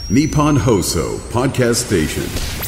Nippon Hoso Podcast Station。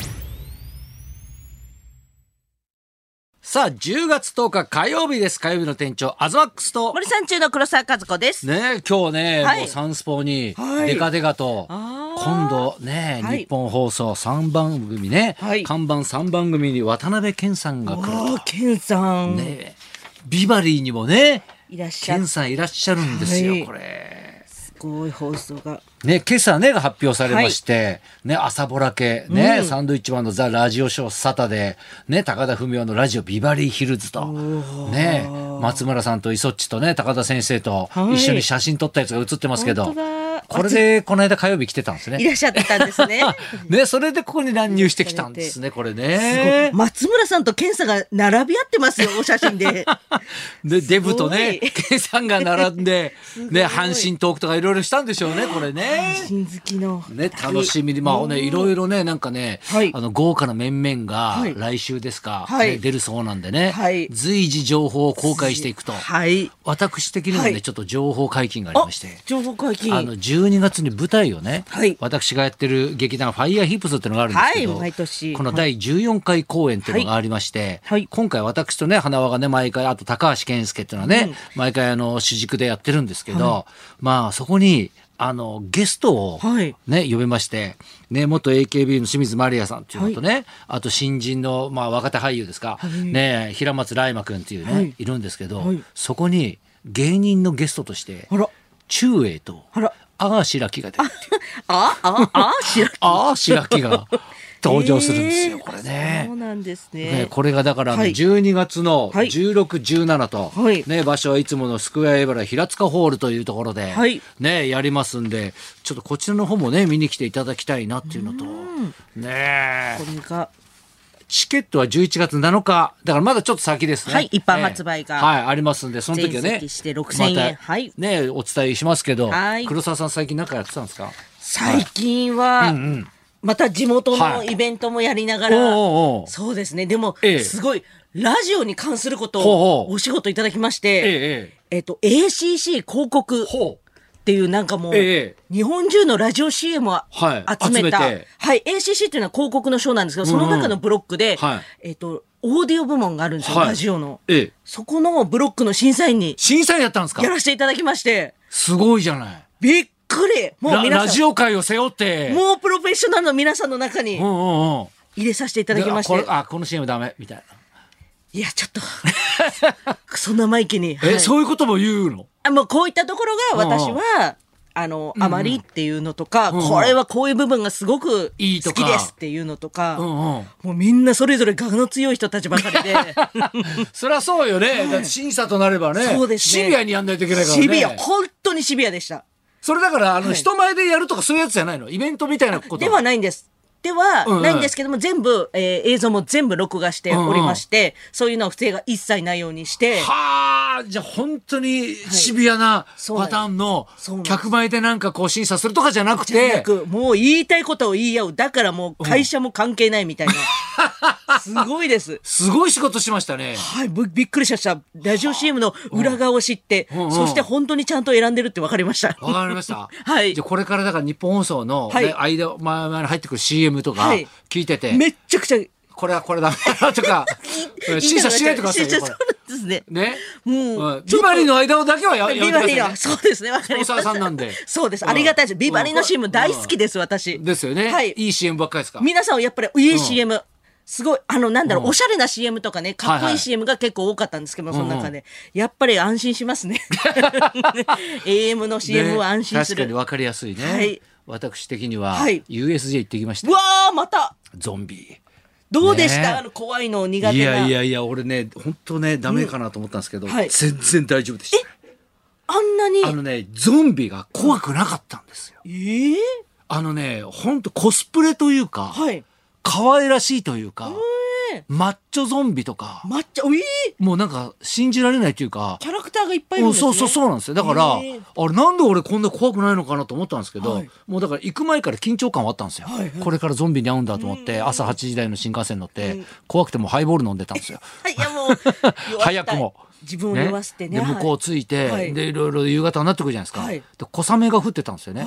さあ10月10日火曜日です。火曜日の店長アズマックスと森三中の黒沢和子ですね、今日ね、 はいもうサンスポにはいデカデカと、今度ね、 はい日本放送3番組ね、 はい看板3番組に渡辺謙さんが来るああ健さん、 ね、ビバリーにもねいらっしゃ謙さんいらっしゃるんですよ、 はいこれすごい放送がね、今朝ねが発表されまして、ね、朝ぼら系、ねサンドイッチマンのザ・ラジオショーサタデー、ね、高田文夫のラジオビバリーヒルズと、ね、松村さんとイソッチとね高田先生と一緒に写真撮ったやつが写ってますけど、 本当だこれでこの間火曜日来てたんですね。 いらっしゃってたんですねね、それでここに乱入してきたんですね、これね。 松村さんと健さんが並び合ってますよお写真ででデブとねすごいケンさんが並んで、 ごいね、阪神トークとかいろいろしたんでしょうね、これね。 新好きのね、楽しみに、まあね、いろいろね、なんかね、 はい豪華な面々がはい来週ですか、 はいね出るそうなんでね、 はい随時情報を公開していくと、 はい私的にもね、 はいちょっと情報解禁がありまして、 情報解禁 12月に舞台をね、 はい私がやってる劇団ファイヤーヒップスっていうのがあるんですけど、 はい毎年この第14回公演っていうのがありまして、 はい今回私とね花輪がね毎回、あと高橋健介っていうのはね、毎回主軸でやってるんですけど、まあそこにゲストを、 はいね呼べまして、ね、元 AKB の清水まりやさんっていうのとね、あと新人の、まあ、若手俳優ですか、ね、平松来馬くんっていうね、 はいいるんですけど、 はいそこに芸人のゲストとしてあら中英とあら阿賀白木が出るっていう白木阿賀白木が登場するんですよ、これねそう。なんですねねこれがだからはい 12月のはい 16、17と、 はいね、場所はいつものスクエアエバラ平塚ホールというところで、 はいね、やりますんで、ちょっとこちらの方もね見に来ていただきたいなっていうのと、ね、 これがチケットは11月7日だからまだちょっと先ですね。 はい一般発売がはい、ありますんで、その時はね全席して6000円またはいねお伝えしますけど、 はい黒沢さん最近何かやってたんですか？ 最近は、また地元のイベントもやりながら、 おうおうおうそうですね。でも、 ええすごい、ラジオに関することほうほうをお仕事いただきましええて、ACC 広告ほうっていうなんかもう、 ええ日本中のラジオ CM をはい集めた、 集めてはい、ACC っていうのは広告の賞なんですけど、その中のブロックで、 はオーディオ部門があるんですよ、 はいラジオの。 ええそこのブロックの審査員に審査員やったんですか？ やらせていただきまして、 すごいじゃない。 びっくりもう皆さん、 ラジオ界を背負って、 もうプロフェッショナルの皆さんの中にうんうんうん。 入れさせていただきまして。 この CM ダメみたいな。 いや、ちょっと、そんなマイキに。 そういうことも言うの？ もうこういったところが私は、あまりっていうのとか、これはこういう部分がすごく好いいとかきですっていうのとか、 うんうん。 もうみんなそれぞれ我の強い人たちばかりで、 そりゃそうよね。だって審査となればね、 そうですねシビアにやんないといけないからね。 シビア、本当にシビアでした。 それだから人前でやるとかそういうやつじゃないの？イベントみたいなこと。 ではないんです。ではうんうんないんですけども、全部、映像も全部録画しておりまして、そういうのは不正が一切ないようにして、 はあ、じゃあ本当にシビアなそうなんですパターンのそうなんです客前でなんかこう審査するとかじゃなくじゃなて、 く、もう言いたいことを言い合う。だからもう会社も関係ないみたいな。すごいです。 すごい仕事しましたね。 はい、びっくりしました。ラジオ CM の裏側を知って、 んうんそして本当にちゃんと選んでるって分かりました。 わかりました。 はいじゃあこれからだから日本放送の、 はいね前々に入ってくる CM とかはい聞いてて、 めっちゃくちゃ、 これはこれダメだなとか審査しないとかさ審査そうなんですね。 ね。 もう、 ビバリーの間だけはやめてビバリーは、 くださいね。 そうですね、わかりました。 スポンサーさんなんでそうです。ありがたいです。ビバリーの CM 大好きです、私。 ですよね。 はい。 いい CM ばっかりですか？ 皆さんはやっぱりいい CM、すごい、なんだろう、おしゃれな CM とかね、かっこいい CM が結構多かったんですけど、その中で。やっぱり安心しますね。AM の CM は安心する。 確かに分かりやすいね。 はい私的には、 はい USJ 行ってきましたう。わー、またゾンビ。 どうでした、 ね怖いの苦い手な。 やいやいや、俺ね、本当ね、ダメかなと思ったんですけど、 はい全然大丈夫でした。 あんなに。 ゾンビが怖くなかったんですよ。本当コスプレというか、 はい。 可愛らしいというか、マッチョゾンビとか、もうなんか信じられないというか、 キャラクターがいっぱいいるんですね。 そうなんですよ。だから、あれなんで俺こんな怖くないのかなと思ったんですけど、 はいもうだから行く前から緊張感はあったんですよ。 はいはいこれからゾンビに会うんだと思って、朝8時台の新幹線乗って、怖くてもうハイボール飲んでたんですよ。 いやもう、 早くも。 自分を酔わせてね。 で向こう着いて、 はいでいろいろ夕方になってくるじゃないですか、 はいで小雨が降ってたんですよね、 はい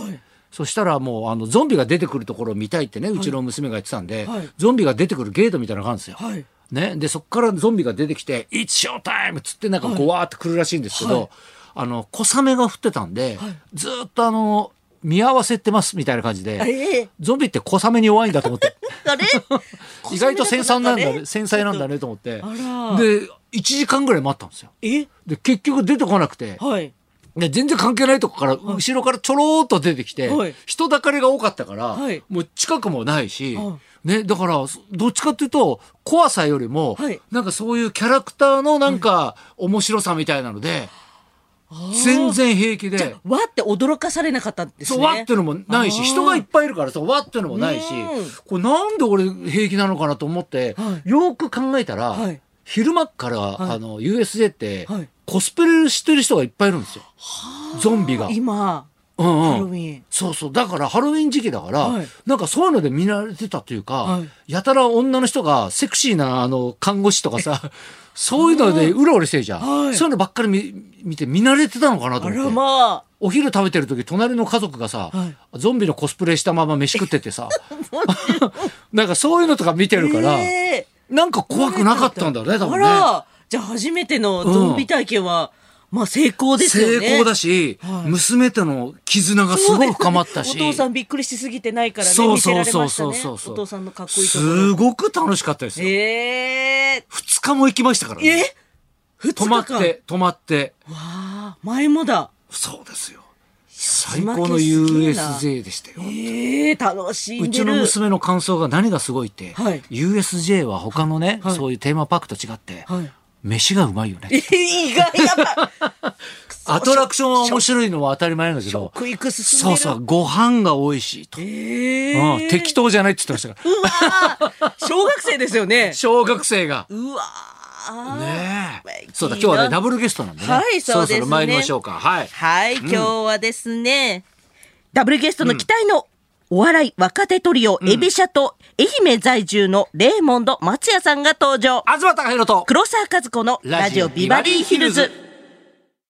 そしたらもうゾンビが出てくるところを見たいってね、うちの娘が言ってたんで、 はいゾンビが出てくるゲートみたいなのがあるんですよ。 はいね、でそこからゾンビが出てきて「It's show time!」っつってなんかこうわーって来るらしいんですけど、小雨が降ってたんで、ずーっと見合わせてますみたいな感じで、ゾンビって小雨に弱いんだと思ってあれ意外と繊細なんだ小雨だったね、繊細なんだねと思って、 あらで1時間ぐらい待ったんですよ。で結局出てこなくて、 はいで全然関係ないとこから後ろからちょろーっと出てきて、 はい人だかりが多かったから、 はいもう近くもないし、 はね、だからどっちかっていうと怖さよりも、 はいなんかそういうキャラクターのなんか面白さみたいなので、全然平気で。 わって驚かされなかったんですね。 そうわってのもないし、人がいっぱいいるからそうわってのもないし、これなんで俺平気なのかなと思って、よく考えたら、 はい昼間っから、USJ って、 はいコスプレしてる人がいっぱいいるんですよ、ゾンビが。 今、 うんうんハロウィン。 そうそう、だからハロウィン時期だから、 はいなんかそういうので見られてたというか、やたら女の人がセクシーな看護師とかさそういうのでうろうろしてるじゃん、そういうのばっかり見て見慣れてたのかなとあら思って。 まあ。 お昼食べてる時隣の家族がさ、ゾンビのコスプレしたまま飯食っててさなんかそういうのとか見てるから、なんか怖くなかったんだろうね多分ね。 あら、じゃあ初めてのゾンビ体験は、まあ成功ですよね。 成功だし、娘との絆がすごい深まったし、 お父さんびっくりしすぎてないからね、 そう見せらそうれましたね。 そうそうお父さんのかっこいいところ。 すごく楽しかったですよ。2日も行きましたからね。泊まってわあ、前もだ。 そうですよ。最高の USJ でしたよ。 楽しんでる。 うちの娘の感想が何がすごいって、 はい USJ は他のね、そういうテーマパークと違って、飯がうまいよね。 意外やっぱアトラクションは面白いのは当たり前なんだけど、 食育進んでる。 そうそう、ご飯が美味しいと。適当じゃないって言ってましたから。 うわー小学生ですよね。 小学生が。 うわーねえ。そうだ、今日はね、ダブルゲストなんでね。 はいそうですねそろそろ参りましょうか。はい。 はい、今日はですね、ダブルゲストの期待のお笑い若手トリオ、エビシャと愛媛在住のレーモンド松也さんが登場。 東貴博と黒沢和子のラジオビバリーヒルズ。